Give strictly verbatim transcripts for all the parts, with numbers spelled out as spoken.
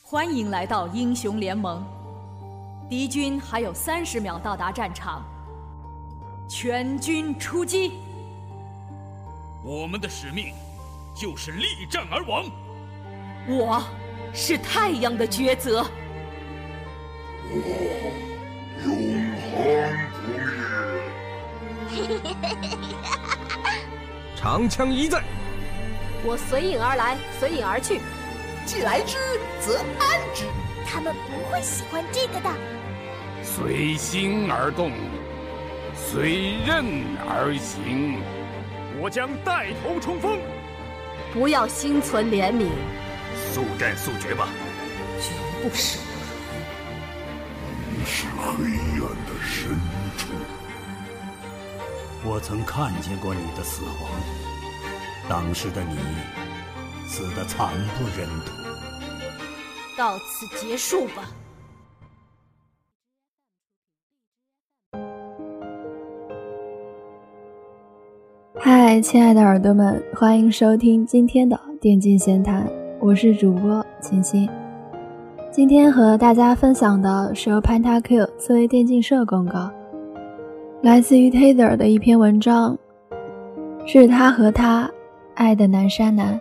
欢迎来到英雄联盟，敌军还有三十秒到达战场，全军出击！ 我们的使命就是力战而亡。 我是太阳的抉择。 我永恒不灭。 长枪一在， 我随影而来，随影而去。 既来之则安之。 他们不会喜欢这个的。 随心而动，随刃而行。 我将带头冲锋。 不要心存怜悯， 速战速决吧。 绝不是。 你是黑暗的深处。 我曾看见过你的死亡，当时的你死得惨不忍睹。 到此结束吧。 嗨，亲爱的耳朵们，欢迎收听今天的电竞闲谈，我是主播清新。今天和大家分享的是由 Pentakill 刺猬电竞社公告，来自于 Tether 的一篇文章，是他和他爱的南山南。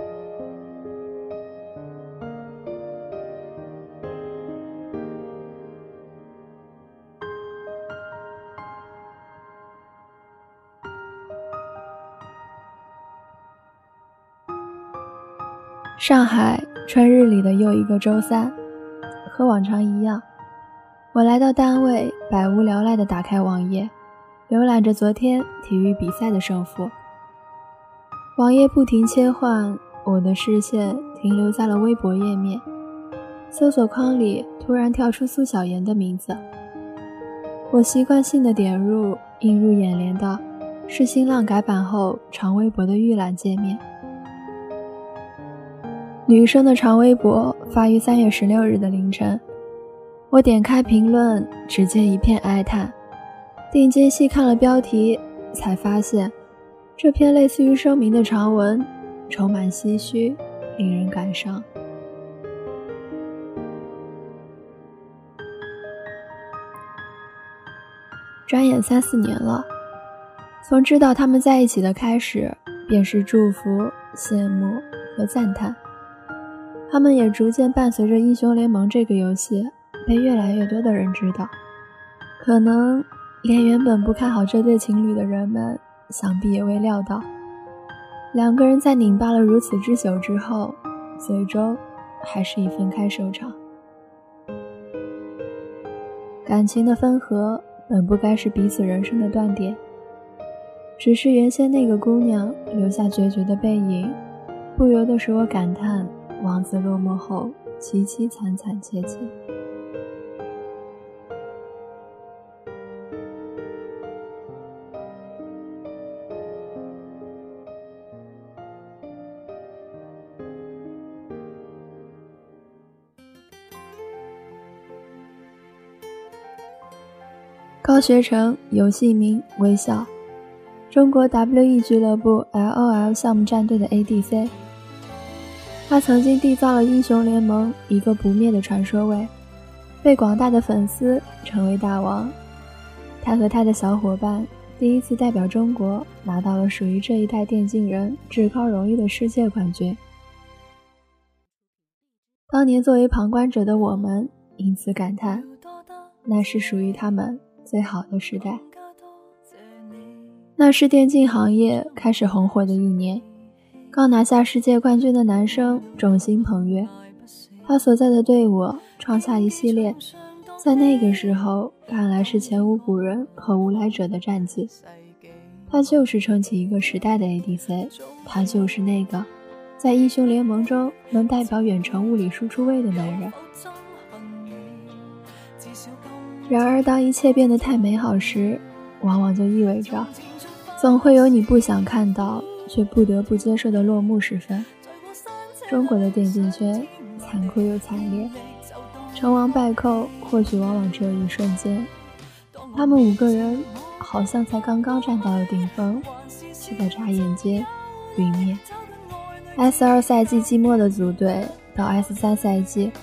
上海春日里的又一个周三，和往常一样，我来到单位，百无聊赖地打开网页，浏览着昨天体育比赛的胜负。网页不停切换，我的视线停留在了微博页面，搜索框里突然跳出苏小妍的名字。我习惯性地点入，映入眼帘的是新浪改版后长微博的预览界面。女生的长微博发于三月十六日的凌晨，我点开评论，只见一片哀叹。定睛细看了标题，才发现这篇类似于声明的长文充满唏嘘，令人感伤。转眼三四年了，从知道他们在一起的开始，便是祝福、羡慕和赞叹。他们也逐渐伴随着英雄联盟这个游戏被越来越多的人知道，可能连原本不看好这对情侣的人们想必也未料到，两个人在拧巴了如此之久之后，最终还是以分开收场。感情的分合本不该是彼此人生的断点，只是原先那个姑娘留下决绝的背影，不由得使我感叹王子落寞后凄凄惨惨切切。高学成，游戏名微笑，中国 W E 俱乐部 L O L 项目战队的 A D C。他曾经缔造了英雄联盟一个不灭的传说位，被广大的粉丝称为大王。他和他的小伙伴第一次代表中国拿到了属于这一代电竞人至高荣誉的世界冠军。当年作为旁观者的我们因此感叹，那是属于他们最好的时代。那是电竞行业开始红火的一年，刚拿下世界冠军的男生众星捧月，他所在的队伍创下一系列在那个时候看来是前无古人后无来者的战绩。他就是撑起一个时代的 A D C， 他就是那个在英雄联盟中能代表远程物理输出位的男人。然而当一切变得太美好时，往往就意味着总会有你不想看到却不得不接受的落幕时分。中国的电竞圈残酷又惨烈，成王败寇或许往往只有一瞬间。他们五个人好像才刚刚站到了顶峰，却在眨眼间陨灭。S 二赛季季末的组队到 S 三赛季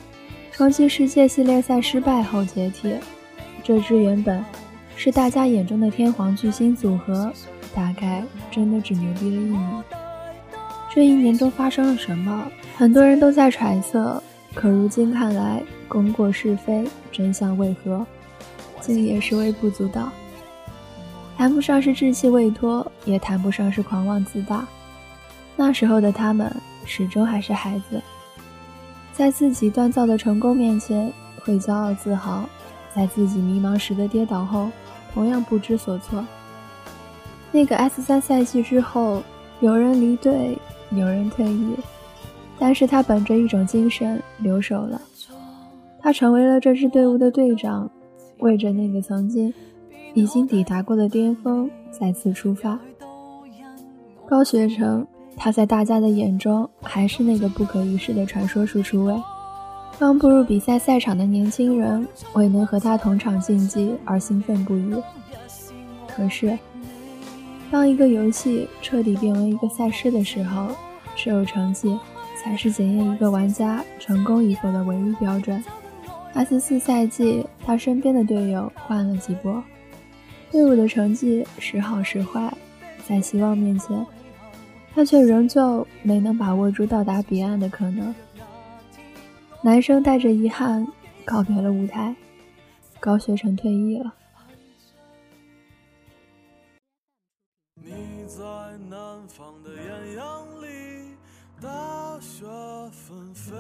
重启世界系列赛失败后解体，这支原本是大家眼中的天皇巨星组合，大概真的只牛逼了一年。这一年中发生了什么，很多人都在揣测，可如今看来，功过是非，真相为何，竟也是微不足道。谈不上是志气未脱，也谈不上是狂妄自大。那时候的他们始终还是孩子，在自己锻造的成功面前会骄傲自豪，在自己迷茫时的跌倒后同样不知所措。那个 S 三 赛季之后，有人离队，有人退役，但是他本着一种精神留守了。他成为了这支队伍的队长，为着那个曾经已经抵达过的巅峰再次出发。高学成，他在大家的眼中还是那个不可一世的传说输出位。刚步入比赛赛场的年轻人为能和他同场竞技而兴奋不已。可是当一个游戏彻底变为一个赛事的时候，只有成绩才是检验一个玩家成功与否的唯一标准。 S 四 赛季，他身边的队友换了几波，队伍的成绩时好时坏，在希望面前，他却仍旧没能把握住到达彼岸的可能。男生带着遗憾告别了舞台，高学成退役了。 你在南方的艳阳里，大雪纷飞，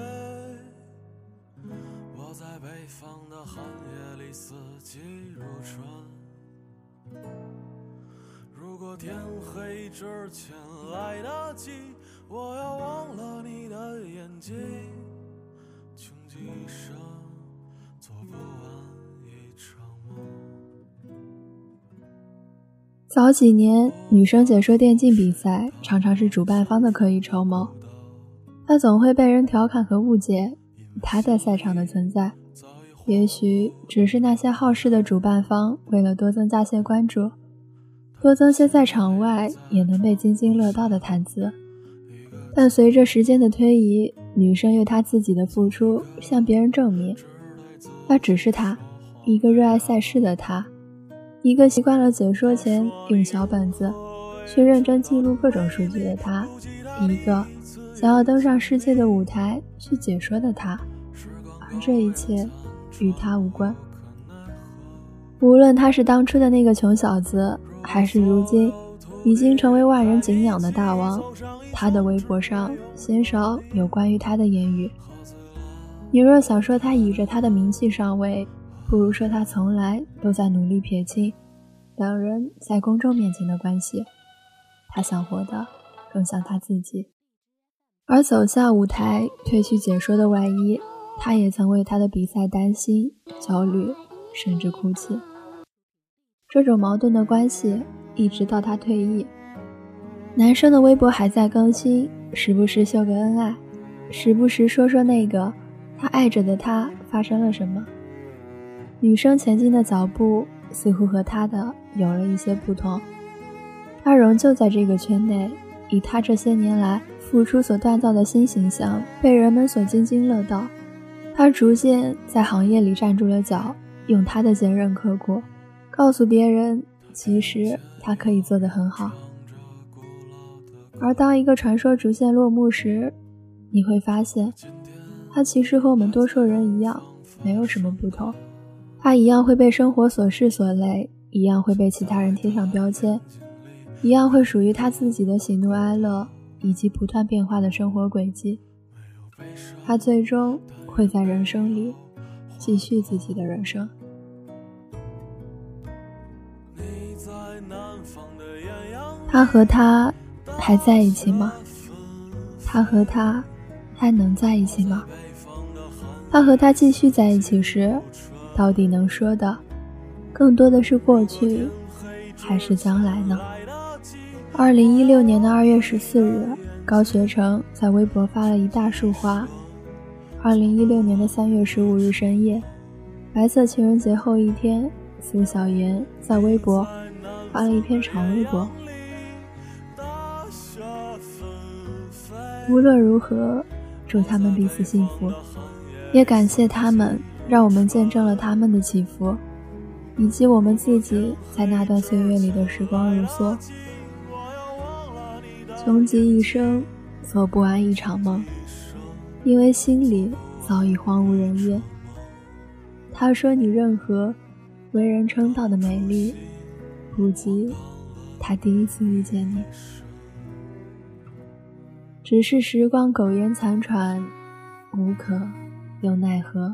我在北方的寒夜里，四季如春。如果天黑之前来得及，我要忘了你的眼睛，穷极一生做不完一场梦。 早几年，女生解说电竞比赛常常是主办方的刻意筹谋，她总会被人调侃和误解她在赛场的存在，也许只是那些好事的主办方为了多增加些关注，多增些在场外也能被津津乐道的谈资。但随着时间的推移，女生用她自己的付出向别人证明，那只是她，一个热爱赛事的她，一个习惯了解说前用小本子去认真记录各种数据的她，一个想要登上世界的舞台去解说的她，而这一切与她无关。无论他是当初的那个穷小子，还是如今已经成为万人敬仰的大王，他的微博上鲜少有关于他的言语。你若想说他倚着他的名气上位，不如说他从来都在努力撇清两人在公众面前的关系。他想活的更像他自己。而走下舞台褪去解说的外衣，他也曾为他的比赛担心、焦虑，甚至哭泣。这种矛盾的关系一直到他退役。男生的微博还在更新，时不时秀个恩爱，时不时说说那个他爱着的他发生了什么。女生前进的脚步似乎和他的有了一些不同，他仍旧在这个圈内，以他这些年来付出所锻造的新形象被人们所津津乐道。他逐渐在行业里站住了脚，用他的坚韧刻苦告诉别人，其实他可以做得很好。而当一个传说逐渐落幕时，你会发现他其实和我们多数人一样，没有什么不同。他一样会被生活琐事所累，一样会被其他人贴上标签，一样会属于他自己的喜怒哀乐以及不断变化的生活轨迹。他最终会在人生里继续自己的人生。他和他还在一起吗？他和他还能在一起吗？他和他继续在一起时，到底能说的更多的是过去还是将来呢？二零一六年的二月十四日，高学成在微博发了一大束花。二零一六年的三月十五日深夜，白色情人节后一天，苏小妍在微博发了一篇长微博。无论如何，祝他们彼此幸福。 也感谢他们，让我们见证了他们的起伏，以及我们自己在那段岁月里的时光如梭。穷极一生，做不完一场梦，因为心里早已荒无人烟。他说你任何为人称道的美丽，不及他第一次遇见你。只是时光苟延残喘，无可又奈何。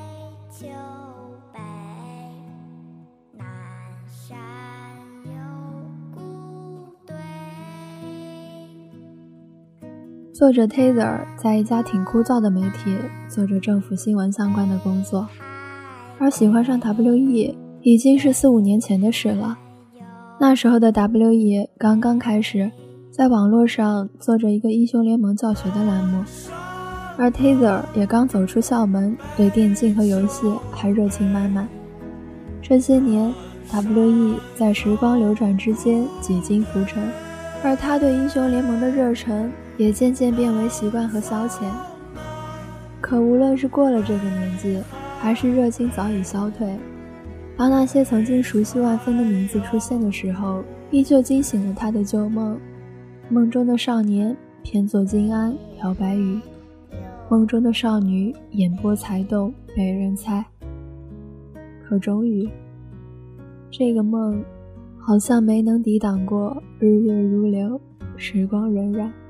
作者 Taser 在一家挺枯燥的媒体做着政府新闻相关的工作，而喜欢上 W E 已经是四五年前的事了。那时候的 W E 刚刚开始在网络上做着一个英雄联盟教学的栏目，而 Taser 也刚走出校门，对电竞和游戏还热情满满。这些年 W E 在时光流转之间几经浮沉，而他对英雄联盟的热忱也渐渐变为习惯和消遣。可无论是过了这个年纪，还是热情早已消退，当那些曾经熟悉万分的名字出现的时候，依旧惊醒了他的旧梦。梦中的少年偏坐金鞍飘白羽，梦中的少女眼波才动被人猜。可终于，这个梦好像没能抵挡过日月如流，时光荏苒。